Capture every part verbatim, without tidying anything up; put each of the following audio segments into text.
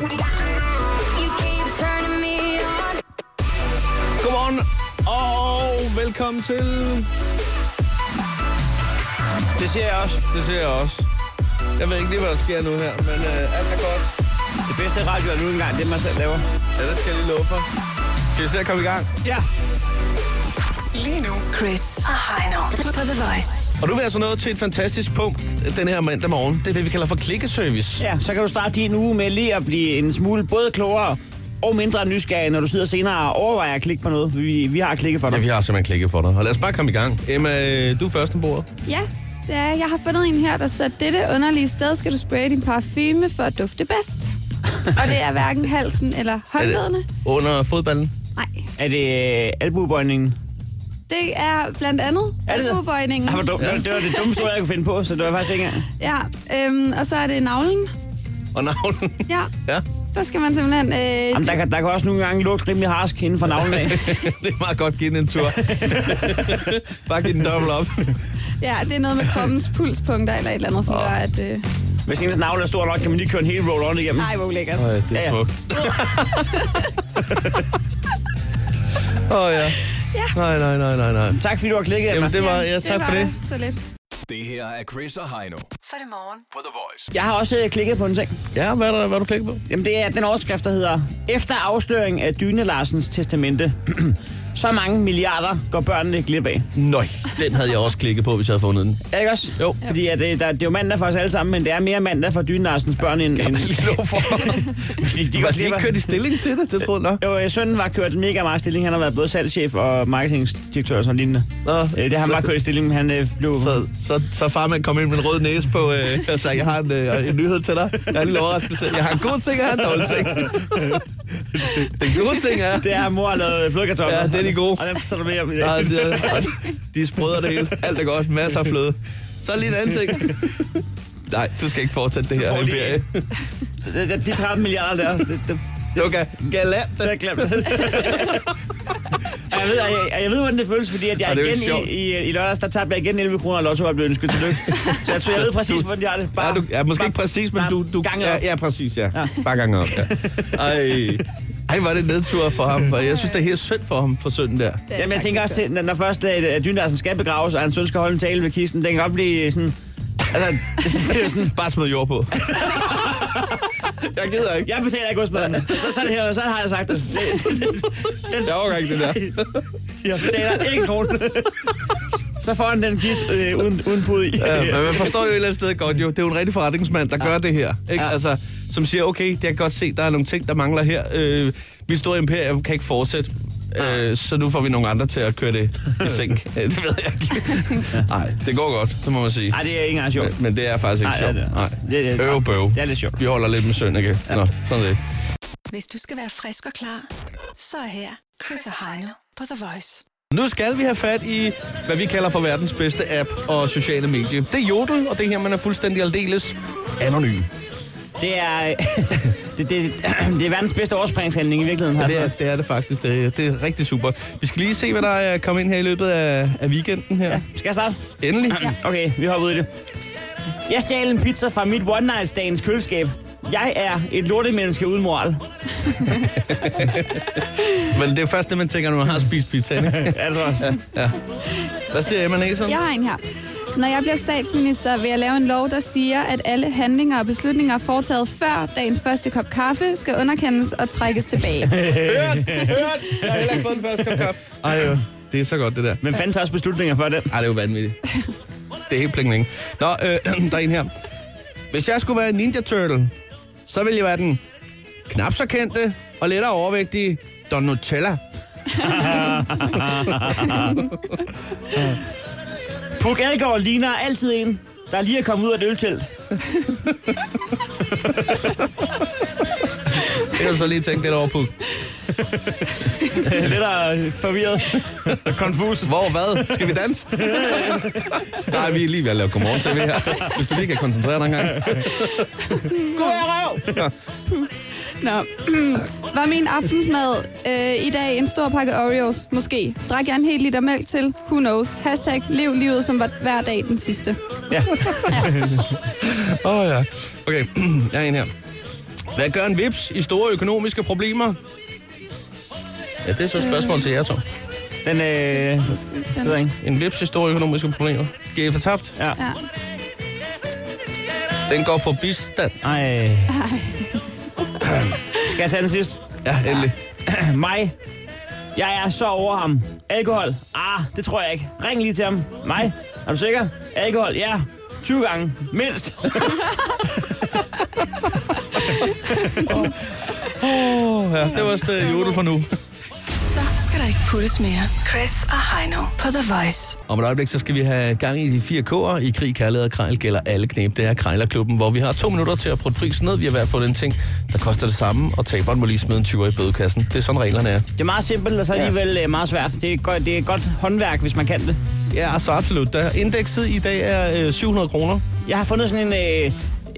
Godmorgen og velkommen til... Det siger jeg også. Det siger jeg også. Jeg ved ikke lige, hvad der sker nu her, men øh, alt er godt. Det bedste radio er nu engang det, man selv laver. Ja, det skal jeg lige love for. Skal vi se at komme i gang? Ja. Lige nu, Chris og Heino på The Voice. Og du vil altså nået til et fantastisk punkt den her mandag morgen. Det er det, vi kalder for klikkeservice. Ja, så kan du starte din uge med lige at blive en smule både klogere og mindre nysgerrig, når du sidder senere og overvejer at klikke på noget, for vi, vi har klikket for dig. Ja, vi har simpelthen klikket for dig. Og lad os bare komme i gang. Emma, du er først ombord. Ja, det er, jeg har fundet en her, der står, dette underlige sted skal du spraye din parfume for at dufte bedst. Og det er hverken halsen eller håndledene. Under fodballen? Nej. Er det øh, albuebøjningen? Det er blandt andet albuebøjningen. Ah, dum. Ja. Det var det dummeste ord, jeg kunne finde på, så det var faktisk ikke engang. Ja, øhm, og så er det navlen. Og navlen? Ja. Ja. Der skal man simpelthen... Øh, Jamen, der, kan, der kan også nogle gange lugte rimelig harsk inden for navlen af. Det er meget godt, give den en tur. Bare give den dobbelt op. Ja, det er noget med kroppens pulspunkter eller et eller andet, som oh. gør, at... Øh... Hvis ens navle er stor nok, kan man lige køre en hel roll-on igennem. Nej, hvor lækkert. Øj, det er ja, smukt. Åh oh, ja. Ja. Nej, nej, nej, nej, nej. Tak fordi du har klikket, Emma. Jamen, det var... Ja, det tak var for det. Så lidt. Det her er Chris og Heino. Så er det morgen på The Voice. Jeg har også øh, klikket på en ting. Ja, hvad er, der, hvad er du klikket på? Jamen, det er den overskrift, der hedder efter afsløring af Dyne Larsens testamente. Så mange milliarder går børnene glip af. Nøj, den havde jeg også klikket på, hvis jeg havde fundet den. Er ikke også? Jo. Fordi at, det, der, det er jo mandag for os alle sammen, men det er mere mandag for Dyne Larsens børn end... Jeg vil lige lov for. Fordi de var de ikke kørt i stilling til det? Det troede jeg nok. Jo, sønnen var kørt mega meget i stilling. Han har været både salgschef og marketingdirektør og sådan lignende. Nå, det har han bare kørt i stilling, men han øh, blev... Så, så, så farmand kom ind med en rød næse på øh, og sagde, jeg har en, øh, en nyhed til dig. Jeg er en lille overraskelse. Jeg har en god ting, og jeg har en dårlig ting. Den gode ting er... Det er, mor har lavet flødekartofler. Ja, det er de gode. Og den tager du med om i dag. Ja, de, er, de er sprøder det hele. Alt er godt. Masser af fløde. Så lige en anden ting. Nej, du skal ikke fortsætte det her. De, de, de tretten milliarder der. Det, det, du kan galant det. Det er glemt. Jeg ved, jeg, jeg ved, hvordan det føles, fordi at jeg igen i, i, i lørdags, der tabte jeg igen elleve kroner, og Lotto var blevet ønsket til lykke. Så jeg, så jeg ved præcis, hvordan de har det. Bare, ja, du, ja, måske bare, ikke præcis, men du... du ja, ja, præcis, ja. ja. Bare gange op, ja. Ej. Ej, var det nedtur for ham, for jeg synes, det er helt synd for ham, for sønnen der. Jamen, jeg tænker også, til, når først uh, Dyne Larsen skal begraves, og hans søn skal holde en tale ved kisten, den kan godt blive sådan... Altså, det er sådan... Bare smid jord på. Jeg gider ikke. Jeg betaler ikke godsmaderne. Så, så, her, så har jeg sagt det. Den, jeg overgår ikke det der. Jeg betaler ikke en krone. Så får han den kist øh, uden, uden pude i. Ja, men man forstår jo et eller andet sted godt jo. Det er jo en rigtig forretningsmand, der ja. gør det her. Ikke? Ja. Altså, som siger, okay, det kan godt se, der er nogle ting, der mangler her. Øh, mit store imperium kan ikke fortsætte. Øh, så nu får vi nogle andre til at køre det i sænk. Det ved jeg ikke. Nej, det går godt, det må man sige. Nej, det er ikke engang sjovt. Men, men det er faktisk ikke sjovt. Nej, det er øv bøv. Det er lidt sjovt. Vi holder lidt med søn, ikke? Ja. Nå, sådan det. Hvis du skal være frisk og klar, så er her Chris og Heino på The Voice. Nu skal vi have fat i, hvad vi kalder for verdens bedste app og sociale medier. Det er Jodel, og det her, man er fuldstændig aldeles anonym. Det er, det, det, det er verdens bedste overspringshandling i virkeligheden. Ja, det, er, det er det faktisk. Det er, det er rigtig super. Vi skal lige se, hvad der er kommet ind her i løbet af, af weekenden her. Ja, skal jeg starte? Endelig. Ja. Okay, vi hopper ud i det. Jeg stjal en pizza fra mit one-night-stands køleskab. Jeg er et lortemenneske uden moral. Men det er jo først det, man tænker, når man har spist pizza, ikke? Altså også. Ja, ja. Hvad siger Emma Næsen? Jeg har en her. Når jeg bliver statsminister, vil jeg lave en lov, der siger, at alle handlinger og beslutninger foretaget før dagens første kop kaffe skal underkendes og trækkes tilbage. Hørt! Hørt! Jeg har heller ikke fået den første kop kaffe. Ej, jo. Det er så godt, det der. Men fanden tager også beslutninger for det? Ej, det er jo vanvittigt. Det er helt pling. Nå, øh, der er en her. Hvis jeg skulle være en Ninja Turtle, så ville jeg være den knap så kendte og lettere overvægtige Donatella. Puk Elgård ligner altid en, der lige er kommet ud af et øltelt. Det kan du så lige tænke lidt over, Puk. Lidt der forvirret. Konfus. Hvor, hvad? Skal vi danse? Nej, vi er lige ved at lave godmorgen til her. Hvis du lige kan koncentrere dig en gang. God røv! Nå, var min aftensmad øh, i dag en stor pakke Oreos? Måske. Drak jeg en hel liter mælk til? Who knows? Hashtag lev livet som var hver dag den sidste. Ja. Åh ja. Oh, ja. Okay, jeg er en her. Hvad gør en vips i store økonomiske problemer? Ja, det er så et spørgsmål til jer to. Den, øh... Det ved jeg ikke. En vips i store økonomiske problemer. Giver I fortabt? Ja. Ja. Den går på bistand. Ej. Skal jeg tage den sidst? Ja, endelig. Mig. Jeg er så over ham. Alkohol? Ah, det tror jeg ikke. Ring lige til ham. Mig? Er du sikker? Alkohol? Ja. tyve gange. Mindst. oh, ja, det var også jodel for nu. Så skal der ikke puttes mere. Chris og Heino på The Voice. Om et øjeblik, så skal vi have gang i de fire K'er. I krig, kærlighed og krejl gælder alle knep. Det er Krejlerklubben, hvor vi har to minutter til at putte prisen ned. Vi har hvert fald en ting, der koster det samme, og taberen må lige smide en tyver i bødekassen. Det er sådan reglerne er. Det er meget simpelt, og så alligevel ja. meget svært. Det er, godt, det er et godt håndværk, hvis man kan det. Ja, altså absolut. Der indekset i dag er øh, syv hundrede kroner. Jeg har fundet sådan en... Øh,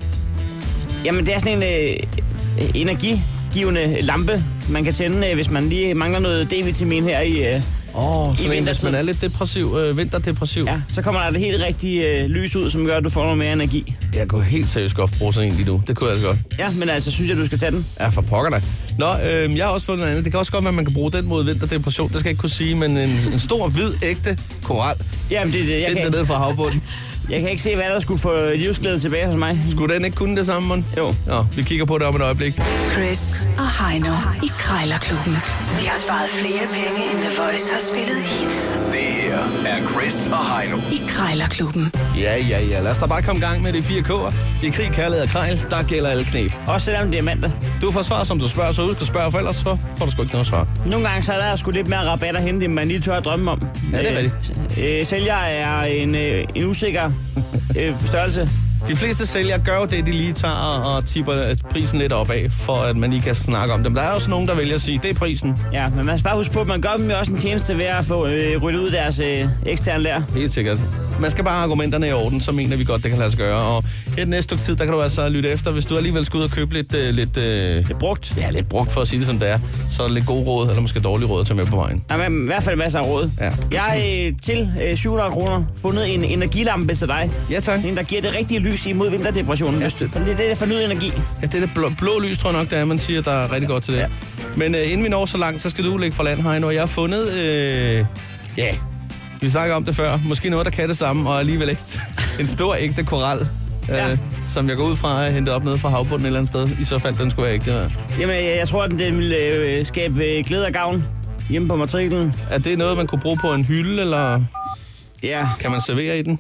jamen, det er sådan en øh, energigivende lampe, man kan tænde, øh, hvis man lige mangler noget D-vitamin her i... Øh, Åh, oh, sådan en, hvis man er lidt depressiv, øh, vinterdepressiv. Ja, så kommer der det helt rigtige øh, lys ud, som gør, at du får noget mere energi. Jeg går helt seriøst godt bruge sådan en lige nu. Det kunne jeg altså godt. Ja, men altså, synes jeg, du skal tage den. Ja, for pokker da. Nå, øh, jeg har også fundet noget andet. Det kan også godt være, at man kan bruge den mod vinterdepression. Det skal jeg ikke kunne sige, men en, en stor, hvid, ægte koral. Jamen, det er det. Jeg den kan... ned fra havbunden. Jeg kan ikke se, hvad der skulle få livsglæde tilbage hos mig. Skulle den ikke kunne det samme, man? Jo. Nå, vi kigger på det om et øjeblik. Chris og Heino i Krejlerklubben. De har sparet flere penge, end The Voice har spillet hits. Det her er Chris og Heino i Krejlerklubben. Ja, ja, ja. Lad os da bare komme i gang med de fire K'er. I krig, kærlighed og krejl, der gælder alle knep. Også selvom det er mandag. Du får svar, som du spørger, så husk at spørge, for ellers får, får du sgu ikke noget svar. Nogle gange så er der sgu lidt mere rabat at hente, end man lige tør at drømme om. Ja, det er rigtigt. Øh, sælger er en, øh, en usikker øh, størrelse. De fleste sælgere gør jo det, de lige tager og tipper prisen lidt opad, for at man lige kan snakke om dem. Der er også nogen, der vælger at sige, det er prisen. Ja, men man skal bare huske på, at man gør dem jo også en tjeneste ved at få øh, ryddet ud deres øh, eksterne lær. Helt sikkert. Man skal bare have argumenterne i orden, så mener vi godt, det kan lade sig gøre. Og her den næste stykke tid, der kan du altså lytte efter. Hvis du alligevel skal ud og købe lidt... Øh, lidt, øh, lidt brugt. Ja, lidt brugt for at sige det, som det er. Så er det lidt god råd, eller måske dårlig råd at tage med på vejen. Ja, men i hvert fald masser af råd. Ja. Jeg har øh, til øh, syv hundrede kroner fundet en energilampe til dig. Ja, tak. En, der giver det rigtige lys imod vinterdepressionen. Ja. For det er det, der fornyet energi. Ja, det er det blå, blå lys, tror jeg nok, det er, man siger, der er rigtig godt til det. Ja. Men øh, inden vi når så langt, så skal du lægge fra land, Heino. Og jeg har fundet... Øh, ja... Vi snakker om det før. Måske noget, der kan det samme, og alligevel ikke en stor ægte koral, ja. øh, som jeg går ud fra at hente op nede fra havbunden et eller andet sted. I så fald, den skulle være ægte. Ja. Jamen, jeg, jeg tror, at den vil øh, skabe øh, glæde og gavn hjemme på matriklen. Er det noget, man kunne bruge på en hylde, eller ja. Kan man servere i den?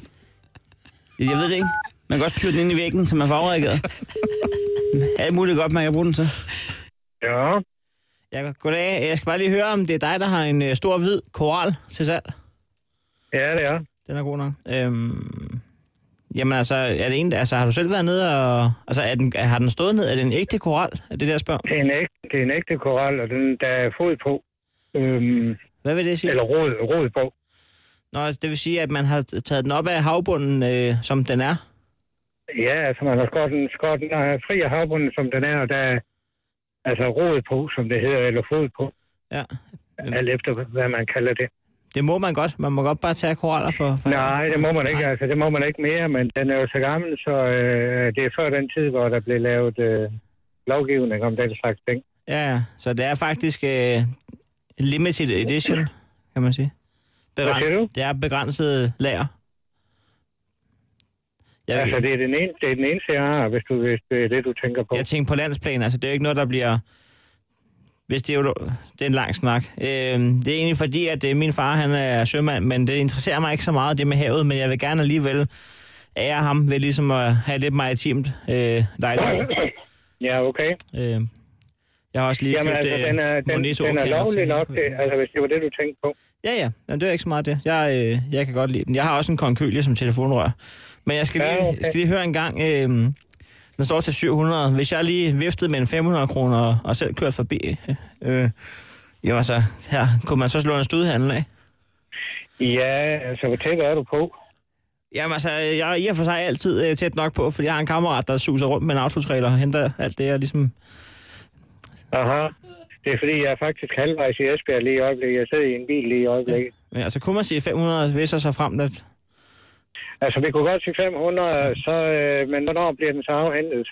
Jeg ved det ikke. Man kan også tyre den ind i væggen, som er fagreageret. Alt muligt godt, man kan bruge den til. Ja. Ja, goddag. Jeg skal bare lige høre, om det er dig, der har en øh, stor hvid koral til salg. Ja, det er. Den er god nok. Øhm, jamen altså, er det en, altså, har du selv været nede og... Altså, er den, har den stået ned? Er det en ægte koral? Er det der spørg? Det er en ægte, det er en ægte koral, og den, der er fod på. Øhm, Hvad vil det sige? Eller rod, rod på. Nå, altså, det vil sige, at man har taget den op af havbunden, øh, som den er? Ja, altså man har skåret den, skåret den fri af havbunden, som den er, og der er altså rod på, som det hedder, eller fod på. Ja. Alt efter, hvad man kalder det. Det må man godt. Man må godt bare tage koraller for... for Nej, det må man ikke. Nej. Altså, det må man ikke mere, men den er jo så gammel, så øh, det er før den tid, hvor der blev lavet øh, lovgivning om den slags ting. Ja, ja. Så det er faktisk øh, limited edition, kan man sige. Begræn- Hvad siger du? Det er begrænset lager. Jeg altså, det er, den ene, det er den eneste, jeg har, hvis, du, hvis det er det, du tænker på. Jeg tænker på landsplan. Altså, det er jo ikke noget, der bliver... Hvis det er jo det er en lang snak. Øh, det er egentlig fordi, at øh, min far han er sømand, men det interesserer mig ikke så meget, det med havet, men jeg vil gerne alligevel ære ham ved ligesom at have lidt maritimt øh, lejlighed. Ja, okay. Øh, jeg har også lige Jamen, købt altså, den er, den, den er lovlig nok, det, altså hvis det var det, du tænkte på. Ja, ja. Jamen, det er ikke så meget det. Jeg, øh, jeg kan godt lide den. Jeg har også en konkylie som telefonrør. Men jeg skal lige, ja, okay. jeg skal lige høre en gang... Øh, den står til syv hundrede. Hvis jeg lige viftede med en fem hundrede kroner og selv kørte forbi, øh, jo så her kunne man så slå en studhandel af? Ja, altså hvor tæt er du på? Jamen altså, jeg er i og for sig altid øh, tæt nok på, fordi jeg har en kammerat, der suser rundt med en autotrailer og henter alt det, jeg ligesom... Aha. Det er fordi, jeg er faktisk halvvejs i Esbjerg lige i øjeblikket. Jeg sidder i en bil lige i øjeblikket. Ja. Men altså, kunne man sige fem hundrede, hvis jeg så frem, at... Altså, vi kunne godt sige fem hundrede, så, øh, men hvornår bliver den så afhentet så?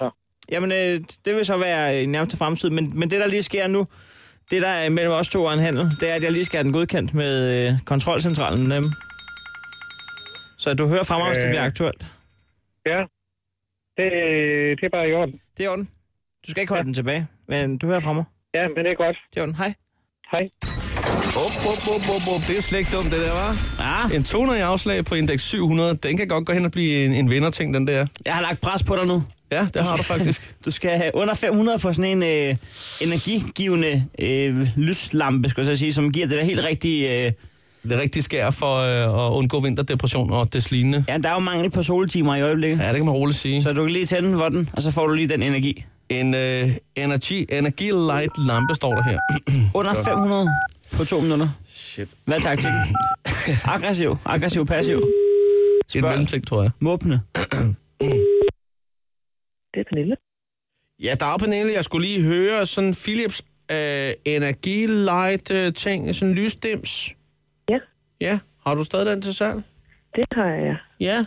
Jamen, øh, det vil så være i nærmeste fremtid, men, men det, der lige sker nu, det der er mellem os to og en handel, det er, at jeg lige skal have den godkendt med øh, kontrolcentralen. Øh. Så du hører fra mig, hvis det bliver aktuelt. Ja, det, det er bare i orden. Det er i orden. Du skal ikke holde ja. den tilbage, men du hører fra mig. Ja, men det er godt. Det er i orden. Hej. Hej. Op, op, op, op, op. Det er slet ikke dumt, det der, var. Ja. En to hundrede i afslag på indeks syv hundrede, den kan godt gå hen og blive en, en vinderting, den der. Jeg har lagt pres på dig nu. Ja, det har du faktisk. Du skal have under fem hundrede på sådan en øh, energigivende øh, lyslampe, skal jeg sige, som giver det der helt rigtige... Øh... Det rigtige skær for øh, at undgå vinterdepression og det lignende. Ja, der er jo mangel på soltimer i øjeblikket. Ja, det kan man roligt sige. Så du kan lige tænde for den, og så får du lige den energi. En øh, energi, energi light lampe står der her. Under fem hundrede på to minutter. Shit. Hvad er taktikken? Aggressiv, aggressiv, passiv. En mellemting, tror jeg. Måbne. Det er Pernille. Ja, der er Pernille. Jeg skulle lige høre sådan Philips øh, energi light øh, ting, sådan lysdims. Ja. Ja, har du stadig den til salg? Det har jeg, ja.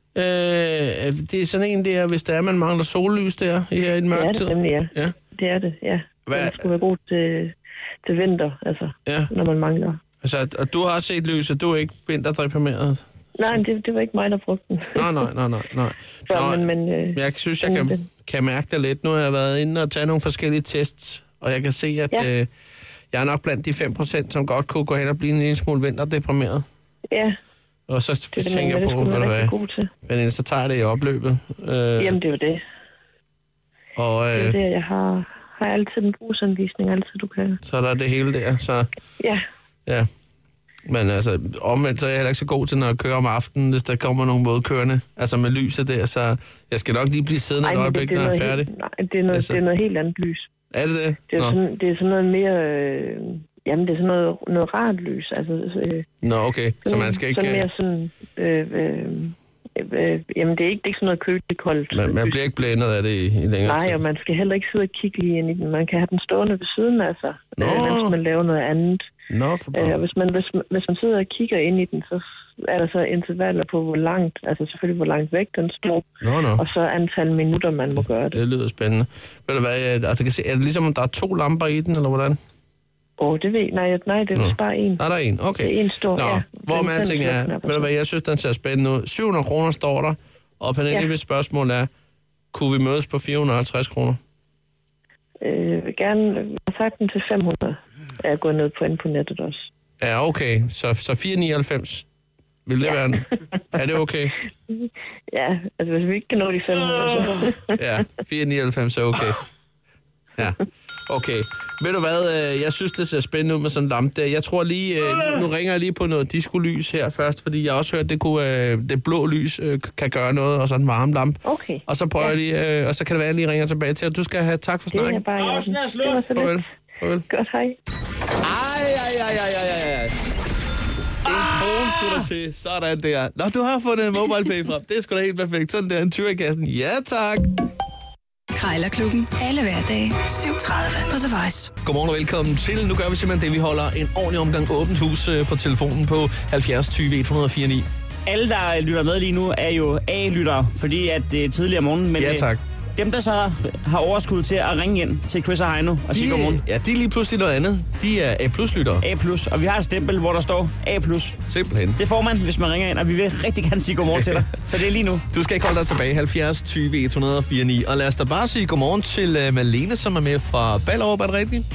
Øh, det er sådan en der, hvis der er, man mangler sollys der her i en mørk tid. Ja, det er det, ja. ja. Det er det, ja. Hvad? Det skulle være god til, til vinter, altså, ja. Når man mangler. Altså, og du har set lys, og du er ikke vinterdeprimeret? Nej, det, det var ikke mig, der brugte den. nej, nej, nej, nej. nej. Så, Nå, men, men, øh, jeg synes, jeg kan, kan mærke det lidt. Nu har jeg været inde og taget nogle forskellige tests, og jeg kan se, at ja. øh, jeg er nok blandt de fem procent, som godt kunne gå hen og blive en lille smule vinterdeprimeret. Ja. Og så det tænker jeg på, hvad du hvad. Men så tager jeg det i opløbet. Øh, Jamen, det er jo det. Og, øh, det er det, jeg har, har altid en brugsanvisning, altid du kan. Så der er det hele der, så... Ja. Ja. Men altså, omvendt så er jeg heller ikke så god til, når jeg kører om aftenen, hvis der kommer nogle modkørende. Altså med lyset der, så jeg skal nok lige blive siddende et øjeblik, når jeg er færdig. Helt, nej, det er, noget, altså, det er noget helt andet lys. Er det det? Det er, sådan, det er sådan noget mere... Øh, jamen, det er sådan noget, noget rart lys. Altså, øh, Nå, okay. Så sådan, man skal ikke... Sådan mere sådan... Øh, øh, øh, jamen, det er ikke, det er ikke sådan noget køligt koldt. Man, man bliver ikke blændet af det i, i længere Nej, tid. og man skal heller ikke sidde og kigge lige ind i den. Man kan have den stående ved siden, altså. Nå. Øh, mens man laver noget andet. Nå, for øh, hvis, man, hvis, hvis man sidder og kigger ind i den, så er der så intervaller på, hvor langt, altså selvfølgelig, hvor langt væk den står. Nå, nå. Og så antal minutter, man må gøre det. Det lyder spændende. Ved du hvad, altså, kan se, er det ligesom, om der er to lamper i den, eller hvordan? Åh, oh, det ved nej, nej, det er Nå. bare en. Nej, der er en, okay. Det er en stor, Nå, ja. hvor man alting er, ved du hvad, jeg synes, den ser spændende ud. syv hundrede kroner står der, og Pernille, ja. spørgsmål er, kunne vi mødes på fire hundrede og halvtreds kroner? Øh, jeg vil gerne have sagt den til fem hundrede. Jeg er gået ned på ind på nettet også. Ja, okay. Så, så fire nioghalvfems. Vil det ja. være en... Er det okay? Ja, altså hvis vi ikke kan nå de fem hundrede. Så... ja, fire nioghalvfems er okay. Ja, okay. Ved du hvad, jeg synes, det ser spændende ud med sådan en lampe der. Jeg tror lige, nu ringer jeg lige på noget disco-lys her først, fordi jeg også hørte, det kunne, det blå lys kan gøre noget, og sådan en varm lampe. Okay. Og så prøver ja. jeg lige, og så kan det være, at jeg lige ringer tilbage til, at du skal have tak for snakken. Det er bare i orden. Det var så Farvel. Farvel. Godt, hej. Ej, ej, ej, ej, ej, ej. En krone skulle der til. Sådan der. Nå, du har fundet MobilePay frem. Det er sgu da helt perfekt. Sådan der, en tyr i kassen. Ja, tak. Krejlerklubben. Alle hverdage. syv tredive på The Voice. Godmorgen og velkommen til. Nu gør vi simpelthen det, vi holder en ordentlig omgang åbent hus på telefonen på halvfjerds tyve et nul fire ni. Alle, der lytter med lige nu, er jo A-lyttere, fordi at det er tidligere om morgenen. Men ja, tak. Dem, der så har overskud til at ringe ind til Chris og Heino og sige godmorgen. Ja, de er lige pludselig noget andet. De er A-plus-lyttere. A-plus, og vi har et stempel, hvor der står A-plus. Simpelthen. Det får man, hvis man ringer ind, og vi vil rigtig gerne sige godmorgen til dig. Så det er lige nu. Du skal ikke holde dig tilbage. halvfjerds tyve et nul fire ni. Og lad os da bare sige godmorgen til uh, Malene, som er med fra Ballerup. Er det rigtigt?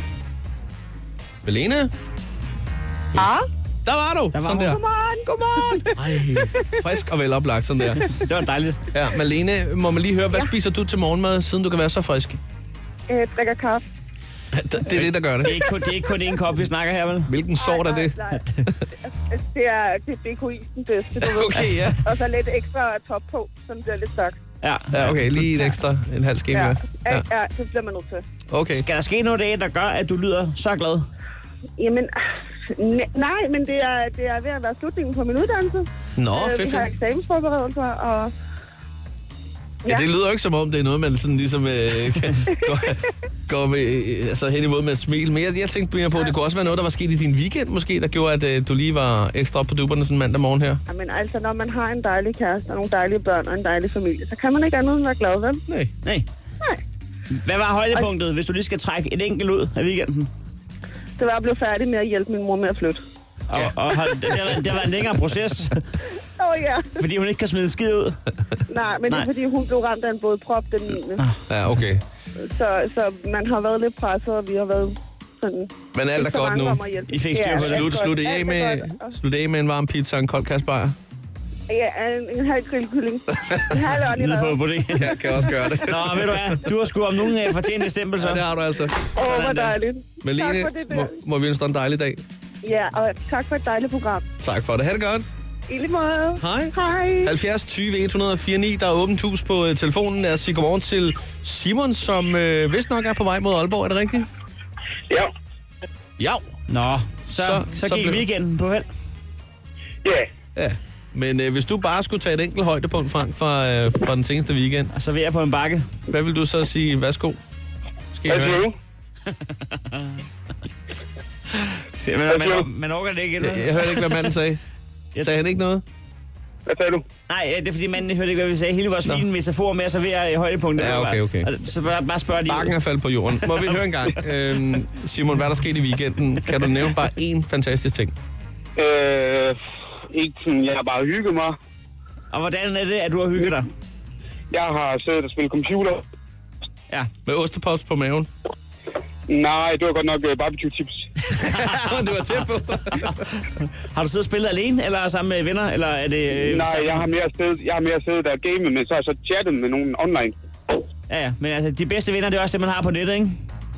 Malene? Ja? Der var du! Der var sådan der. Godmorgen! Godmorgen! Ej, frisk og veloplagt, sådan der. Det var dejligt. Ja, Malene, må man lige høre, hvad ja. spiser du til morgenmad, siden du kan være så frisk? Jeg drikker kaffe. Det, det er det, der gør det. Det er ikke kun, det er ikke kun én kop, vi snakker her, vel? Hvilken sort er det? Nej, nej. Det er, det er B K I'en bedste, du okay, ja. Og så lidt ekstra top på, så den bliver lidt stærk. Ja. Ja, okay, lige en ekstra, en halv ske ja. mere. Ja. ja, det bliver man nødt til. Okay. Skal der ske noget af, der gør, at du lyder så glad? Jamen, nej, men det er, det er ved at være slutningen på min uddannelse. Nå, øh, fedt. Vi har eksamensforberedelser, og... Ja. Ja, det lyder jo ikke som om, det er noget, man sådan ligesom øh, går, går med, altså hen imod med et smil. Men jeg, jeg tænkte mere på, at det kunne også være noget, der var sket i din weekend måske, der gjorde, at øh, du lige var ekstra op på duberne sådan mandag morgen her. Jamen altså, når man har en dejlig kæreste og nogle dejlige børn og en dejlig familie, så kan man ikke andet end være glad, vel? Nej. Nej. Nej. Hvad var højdepunktet, hvis du lige skal trække et enkelt ud af weekenden? Det var at blive færdig med at hjælpe min mor med at flytte. Og, og hold, det, har, det har været en længere proces. Åh oh, ja. Fordi hun ikke kan smide skid ud. Nej, men Nej. Det er fordi, hun blev ramt af en bådprop den niende Ja, okay. Så, så man har været lidt presset, og vi har været sådan... Men alt er godt nu. I fik styr på det. Slut, slut, af med, slut af med en varm pizza og en kold kassebajer. Ja, en, en halv grillkylling. En halv ånd i nede på bodegaen. Jeg kan også gøre det. Nå, ved du hvad? Du har sgu om nogen af fortjent et stempel, så. Ja, det har du altså. Åh, oh, hvor dejligt. Men Lene, må, må vi ønske dig en dejlig dag. Ja, og tak for et dejligt program. Tak for det. Ha' det godt. I lige måde. Hej. Hej. halvfjerds tyve et nul fire ni, der er åbent hus på uh, telefonen. Jeg siger godmorgen til Simon, som uh, vist nok er på vej mod Aalborg. Er det rigtigt? Ja. Ja. Nå, så, så, så, så gik blev... weekenden på held. Ja. Ja. Men uh, hvis du bare skulle tage et enkelt højdepunkt frem fra, uh, fra den seneste weekend. Og så vil jeg på en bakke. Hvad vil du så sige? Værsgo. Skal jeg høre? Se, man, man, man orker det ikke. Eller? Jeg, jeg hørte ikke, hvad manden sagde. Sagde han ikke noget? Hvad sagde du? Nej, det er fordi manden hørte ikke, hvad vi sagde. Hele vores fine metafor med at servere højdepunkter. Ja, okay, okay. Så bare, bare spørg de. Bakken er faldet på jorden. Må vi høre en gang. Øhm, Simon, hvad der skete i weekenden? Kan du nævne bare én fantastisk ting? Øh, ikke sådan, jeg har bare hygget mig. Og hvordan er det, at du har hygget dig? Jeg har siddet og spillet computer. Ja. Med ostepops på maven? Nej, det var godt nok uh, barbecue chips. Du var tæt på. Har du siddet og spillet alene, eller sammen med venner, eller er det... Øh, Nej, jeg har mere siddet, jeg har mere siddet og gamet, men så har jeg så chattet med nogen online. Ja, ja, men altså, de bedste venner, det er også det, man har på nettet, ikke?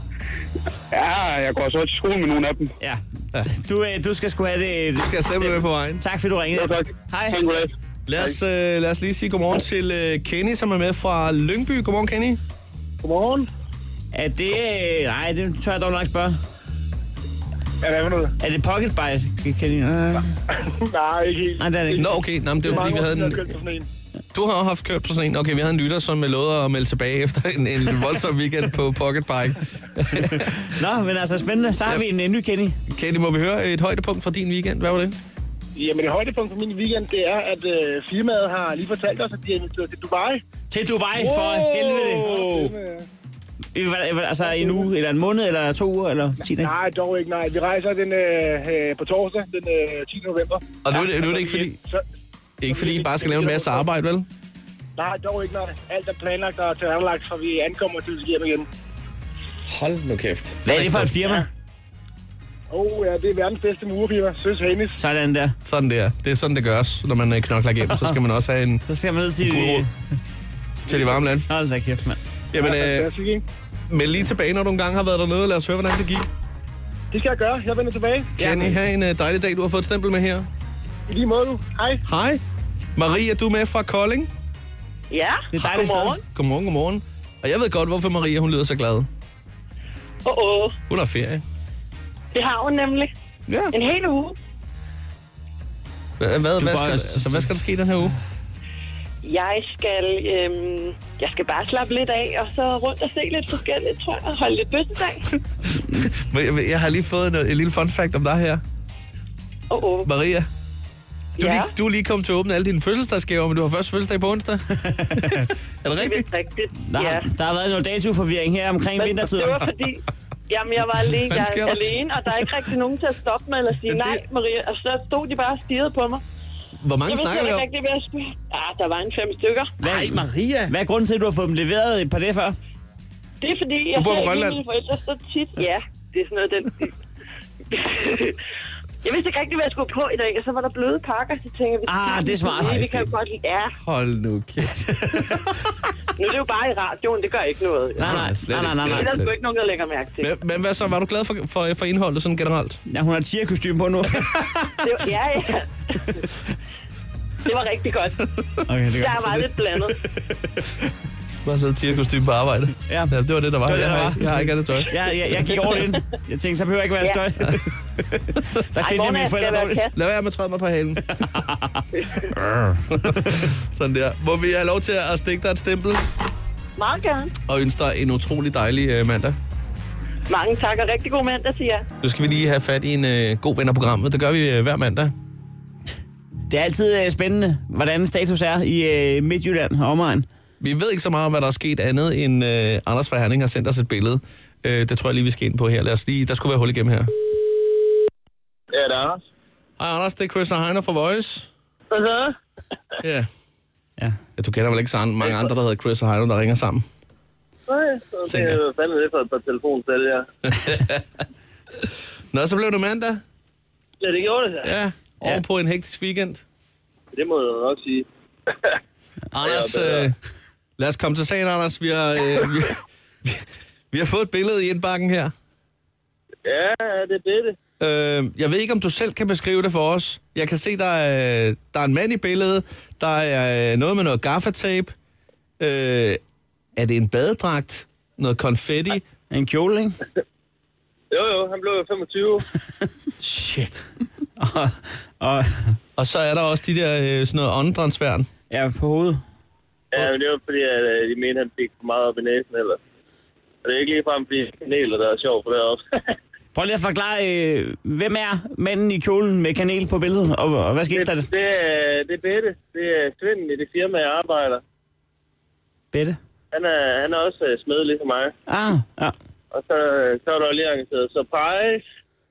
Ja, jeg går så til skole med nogle af dem. Ja. ja. Du, øh, du skal sgu have det... Du skal stemme med på vejen. Tak, fordi du ringede. Ja, tak. Hej. Tak, lad os, øh, lad os lige sige godmorgen til øh, Kenny, som er med fra Lyngby. Godmorgen, Kenny. Godmorgen. Er det... Nej, det tør jeg dog nok spørge. Ja, hvad for noget? Er det Pocket Bite, Kenny? Uh... Nej, ikke helt. Nej, det er det ikke. Nå, okay. Nå, men det var fordi, vi havde en... Du har haft kørt på sådan en. Okay, vi havde en lytter, som lovede at melde tilbage efter en, en voldsom weekend på Pocket Bike. Nå, men altså spændende. Så har ja. vi en, en ny Kenny. Kenny, må vi høre et højdepunkt fra din weekend? Hvad var det? Jamen, et højdepunkt fra min weekend, det er, at øh, firmaet har lige fortalt os, at de er inviteret til Dubai. Til Dubai, wow. For helvede. Altså en uge, eller en måned, eller to uger, eller ti dage? Nej, dog ikke, nej. Vi rejser den, øh, på torsdag, den øh, tiende november. Og nu er det, nu er det ikke fordi, så, det er ikke fordi I bare skal lave en masse arbejde, vel? Nej, dog ikke, nej. Alt er planlagt og tilrettelagt, så vi ankommer til hjem igen. Hold nu kæft. Hvad er det for et firma? Åh oh, ja, det er verdens bedste murefirma. Søs Hennis. Sådan der. Sådan der. Det er sådan, det gøres, når man knokler igennem. Så skal man også have en... Så skal man ned til... De... til de varme land. Hold da kæft, mand. Jamen, øh, men lige tilbage, når du engang har været dernede. Lad os høre, hvordan det gik. Det skal jeg gøre. Jeg vender tilbage. Kenny, ja. have en uh, dejlig dag. Du har fået et stempel med her. I lige måde, du. Hej. Hej. Marie, er du med fra Kolding? Ja, det er dejligt. godmorgen. Godmorgen, godmorgen. Og jeg ved godt, hvorfor Maria, hun lyder så glad. Åh, oh, oh. Hun har ferie. Det har hun nemlig. Ja. En hel uge. Hvad, hvad, hvad, skal, altså, hvad skal der ske den her uge? Jeg skal, øhm, jeg skal bare slappe lidt af, og så rundt og se lidt forskelligt, tror jeg. Holde lidt bøssedag. Jeg har lige fået noget, et lille fun fact om dig her. Åh, oh, oh. Maria, du, ja? lige, du er lige kommet til at åbne alle dine fødselsdagsgaver, men du har først fødselsdag på onsdag. Er det rigtigt? Det er rigtigt, der, ja. Der har været noget datoforvirring her omkring men vintertiden. Det var fordi, jamen jeg var alene, jeg er alene, og der er ikke rigtig nogen til at stoppe mig eller sige nej, Maria. Og så stod de bare og stirrede på mig. Hvor mange snakker vi om? Jeg vidste ikke rigtig, hvad jeg Ja, der var en fem stykker. Nej, Maria. Hvad er grunden til, at du har fået dem leveret et par dage før? Det er fordi, jeg ser ikke mine forældre så tit. Ja, det er sådan noget, den... Jeg vidste ikke rigtig, hvad jeg skulle på i dag, og så var der bløde pakker, så tænkte jeg... Ah, det er smart. Vi kan jo godt lide... Ja. Hold nu kæft. Nu er det jo bare i radioen, det gør ikke noget. Nej, nej, nej, nej, nej, nej. Det er der sgu ikke nogen, der lægger mærke til. Men, men hvad så? Var du glad for, for, for indholdet sådan generelt? Ja, hun har et cheerkostyme på nu. det var, ja, ja. Det var rigtig godt. Okay, det jeg var lidt blandet. Bare sidde cheerkostyme på arbejde. Ja. ja, det var det, der var. Det var det, jeg, der har, var. jeg har ikke andet tøj. Ja, jeg, jeg gik over det ind. Jeg tænkte, så behøver jeg ikke være støj. Der kendte jeg mine forældre dårligt. Lad være med at træde mig på halen. Sådan der. Må vi have lov til at stikke dig et stempel? Meget gerne. Og ønske dig en utrolig dejlig uh, mandag. Mange tak, og rigtig god mandag til jer. Nu skal vi lige have fat i en uh, god ven af programmet. Det gør vi uh, hver mandag. Det er altid uh, spændende, hvordan status er i uh, Midtjylland og omegn. Vi ved ikke så meget om, hvad der er sket andet, end øh, Anders fra Herning har sendt os et billede. Øh, det tror jeg lige, vi skal ind på her. Lad os lige, der skulle være hul igennem her. Ja, det er Anders. Hej Anders, det er Chris og Heino fra Voice. Hvad så? Ja. Ja. Ja, du kender vel ikke så mange andre, der hedder Chris og Heino, der ringer sammen? Nej, så det er jo fandme det for et par telefonsælger. Nå, så blev det mandag. Ja, det gjorde det, ja. Ja, over ja. på en hektisk weekend. Det må jeg nok sige. Anders, øh, lad os komme til sagen, Anders. Vi har, øh, vi, vi, vi har fået et billede i indbakken her. Ja, det er det. Øh, jeg ved ikke, om du selv kan beskrive det for os. Jeg kan se, der er, der er en mand i billedet. Der er noget med noget gaffatape. Øh, er det en badedragt? Noget konfetti? En kjole, ikke? Jo, jo, han blev jo femogtyve. Shit. og, og, og så er der også de der øh, sådan noget åndedrætsværn. Ja, på hovedet. Ja, men det var fordi, at de mente, at han fik for meget op i næsen, eller... Og det er ikke ligefrem, fordi kaneler, der er sjov for deroppe. Prøv lige at forklare, øh, hvem er manden i kjolen med kanel på billedet, og, og hvad skete det, der? Det, det, er, det er Bette. Det er Svenden i det firma, jeg arbejder. Bette? Han er, han er også uh, smed ligesom mig. Ah, ja. Og så, så er der lige engageret surprise.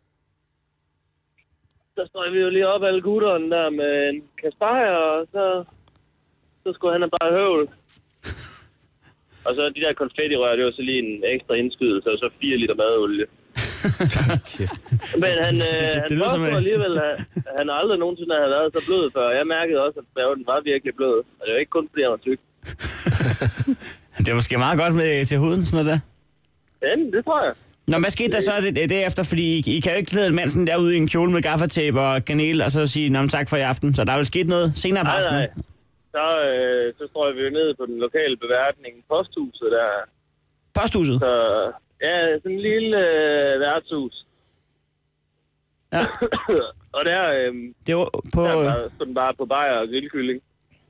Så står vi jo lige op alle gutterne der med en kaspajer, og så, så skulle han have bare høvl. Og så de der konfettirør, det var så lige en ekstra indskydelse, og så fire liter madolie. Kæft. Men han, øh, det, det, det han påstår alligevel, at han aldrig nogensinde har været så blød før. Jeg mærkede også, at maven var virkelig blød. Og det var ikke kun, fordi han var tyk. Det er måske meget godt med til huden, sådan noget der. Ja, det tror jeg. Nå, hvad skete der så det, det efter? Fordi I, I kan jo ikke klæde en mand sådan derude i en kjole med gaffatape og kanel, og så sige, nå, tak for i aften. Så der er jo sket noget senere på aftenen. Nej, nej. Så, øh, så strøg vi jo ned på den lokale beværtning, posthuset der. Posthuset? Så, ja, sådan en lille øh, værtshus. Ja. Og der, øh, det var på... der var sådan bare på bajer og grillkylling.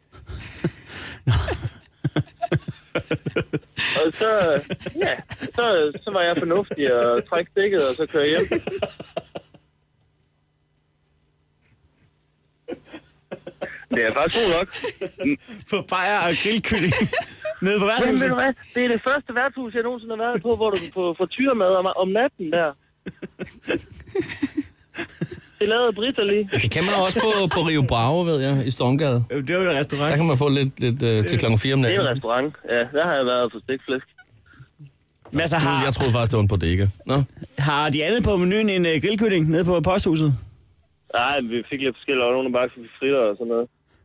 Og så, ja, så, så var jeg fornuftig og trække stikket, og så køre hjem. Det er faktisk god nok. På bajer og grillkylling. Nede på værtshuset. Men ved du hvad? Det er det første værtshus, jeg nogensinde har været på, hvor du kan få, få tyremad om, om natten der. Det lavede Britta lige. Ja, det kan man også på, på Rio Bravo, ved jeg, i Stormgade. Det er jo en restaurant. Der kan man få lidt, lidt uh, til klokken fire om natten. Det er en restaurant. Ja, der har jeg været på stikflæsk. Men altså har... Jeg troede faktisk, det var en bodega. Nå. Har de andet på menuen en uh, grillkylling nede på posthuset? Nej, vi fik lidt forskellige, og nogle bare fik fritter og sådan noget.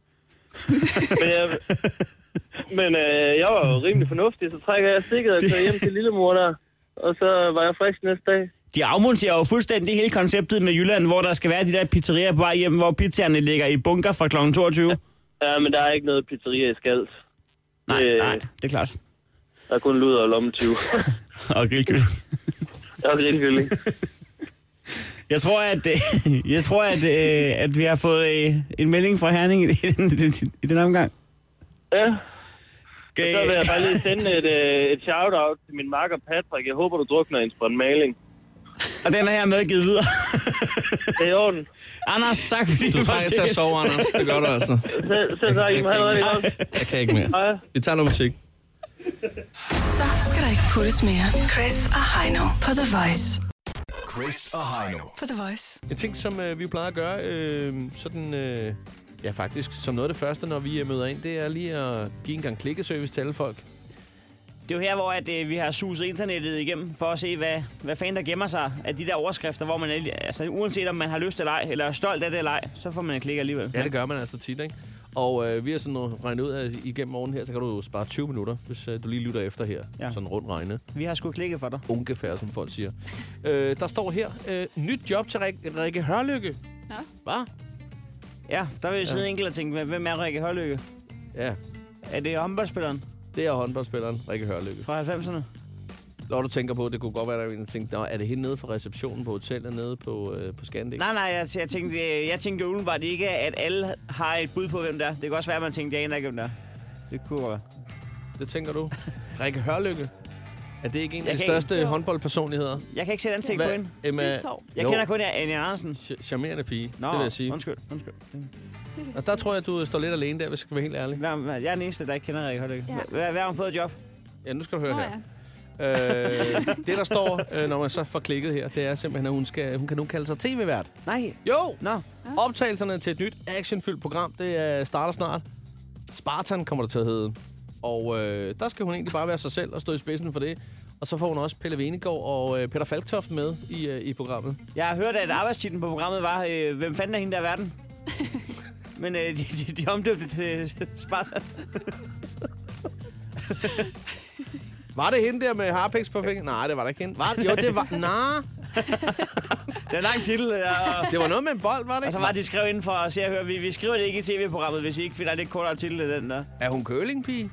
men jeg, men øh, jeg var jo rimelig fornuftig, så trækker jeg stikket og kører hjem til lillemor der. Og så var jeg frisk næste dag. De afmonterer jo fuldstændig hele konceptet med Jylland, hvor der skal være de der pizzerier på vej hjem, hvor pizzaerne ligger i bunker fra klokken toogtyve. Ja, men der er ikke noget pizzeria i Skals. Nej, det, nej, det er klart. Der er kun luder og lommetyve. Og grillkylling. Og grillkylling. Jeg tror, at, jeg tror, at, at vi har fået en melding fra Herning i den, i den omgang. Ja. Okay. Så vil jeg bare lige sende et, et shout-out til min makker Patrick. Jeg håber, du drukner en sprøn maling. Og den er her medgivet videre. Det er i orden. Anders, tak fordi du trænger til at sove, Anders. Det gør du altså. Selv, selv tak. I må have det rigtig godt. Jeg kan ikke mere. Hej. Vi tager noget musik. Så skal der ikke puttes mere. Chris og Heino på The Voice. Chris og Heino på The Voice. En ting, som øh, vi plejer at gøre, øh, sådan, øh, ja faktisk, som noget af det første, når vi møder ind, det er lige at give en gang klikkeservice til alle folk. Det er jo her, hvor at, øh, vi har suset internettet igennem, for at se, hvad, hvad fanden der gemmer sig af de der overskrifter, hvor man, altså uanset om man har lyst eller ej, eller er stolt af det eller ej, så får man en klik alligevel. Ja, det gør man altså tit, ikke? Og øh, vi har sådan regnet ud af igennem morgen her, så kan du spare tyve minutter, hvis øh, du lige lytter efter her. Ja. Sådan rundt regnet. Vi har sgu klikket for dig. Ungefær, som folk siger. Øh, der står her, øh, nyt job til Rik- Rikke Hørlykke. Ja. Hvad? Ja, der vil jeg sidde ja. enkelt og tænke, hvem er Rikke Hørlykke? Ja. Er det håndboldspilleren? Det er håndboldspilleren Rikke Hørlykke. Fra halvfemserne? Når du tænker på, det kunne godt være, der er en, der tænkte, er det hende nede fra receptionen på hotellet nede på, øh, på Scandic? Nej, nej, jeg, jeg tænkte, jeg tænkte umiddelbart ikke, at alle har et bud på, hvem der er. Det kan også være, at man tænkte, jeg aner ikke, hvem der er. Det kunne være. Det tænker du? Rikke Hørlykke? Er det ikke en Jeg af de kan største ikke- håndboldpersonligheder? Jeg kan ikke sætte ansigt på hende. Emma, Lystår. Jeg Jo. kender kun Annie Andersen. ch- charmerende pige, Nå, det vil jeg sige. undskyld, undskyld. Og der tror jeg, at du står lidt alene der, hvis jeg skal være helt ærlig. Hvad- Jeg er den eneste, der ikke kender Rikke Hollæk. Ja. Hvad hvad har hun fået et job? Ja, nu skal du høre Nå, her. ja. Øh, det, der står, øh, når man så får klikket her, det er simpelthen, at hun, skal, hun kan nu kalde sig tv-vært. Nej. Jo! Nå. Optagelserne til et nyt actionfyldt program, det er starter snart. Spartan kommer det til at hedde. Og øh, der skal hun egentlig bare være sig selv og stå i spidsen for det. Og så får hun også Pelle Venegård og øh, Peter Falktoft med i, øh, i programmet. Jeg har hørt, at arbejdstitlen på programmet var, øh, hvem fanden er hende der er verden? Men øh, de, de, de omdøbte til Spartan. Var det hende der med harpiks på fingeren? Nej, det var da ikke hende. Var det? Jo, det var... Nej. Det er en lang titel. Og, Det var noget med en bold, var det og så ikke? var de skrev inden for at se og høre, vi, vi skriver det ikke i tv-programmet, hvis I ikke finder lidt kortere titel end den der. Er hun curlingpige?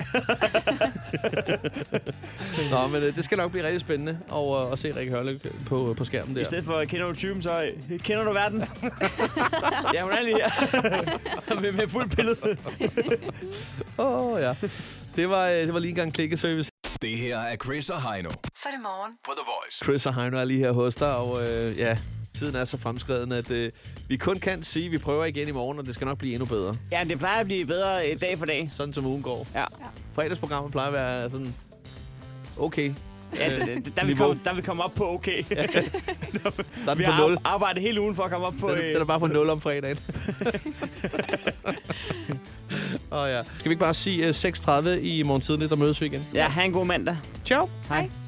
Nå, men øh, det skal nok blive rigtig spændende at, øh, at se Rikke Hørløk på, på skærmen der. I stedet for, kender du typen, så øh, kender du verden? Ja, hun er lige her. med, med fuld billede. Åh, oh, ja. Det var, øh, det var lige engang klikkeservice. Det her er Chris og Heino Så er det morgen. på The Voice. Chris og Heino er lige her hos dig, og øh, ja, tiden er så fremskreden, at øh, vi kun kan sige, at vi prøver igen i morgen, og det skal nok blive endnu bedre. Ja, det plejer at blive bedre øh, dag for dag. Sådan som ugen går. Ja. Fredagsprogrammet plejer at være sådan okay. Ja, det, det, der, vi Niveau. kom, der vi komme op på okay. Der er Vi den på har nul. ar- arbejdet hele ugen for at komme op på... Den, den er bare på nul om fredagen. Åh oh, ja. Skal vi ikke bare sige uh, seks tredive i morgen tidlig, der mødes vi igen? Ja, have en god mandag. Ciao. Hej.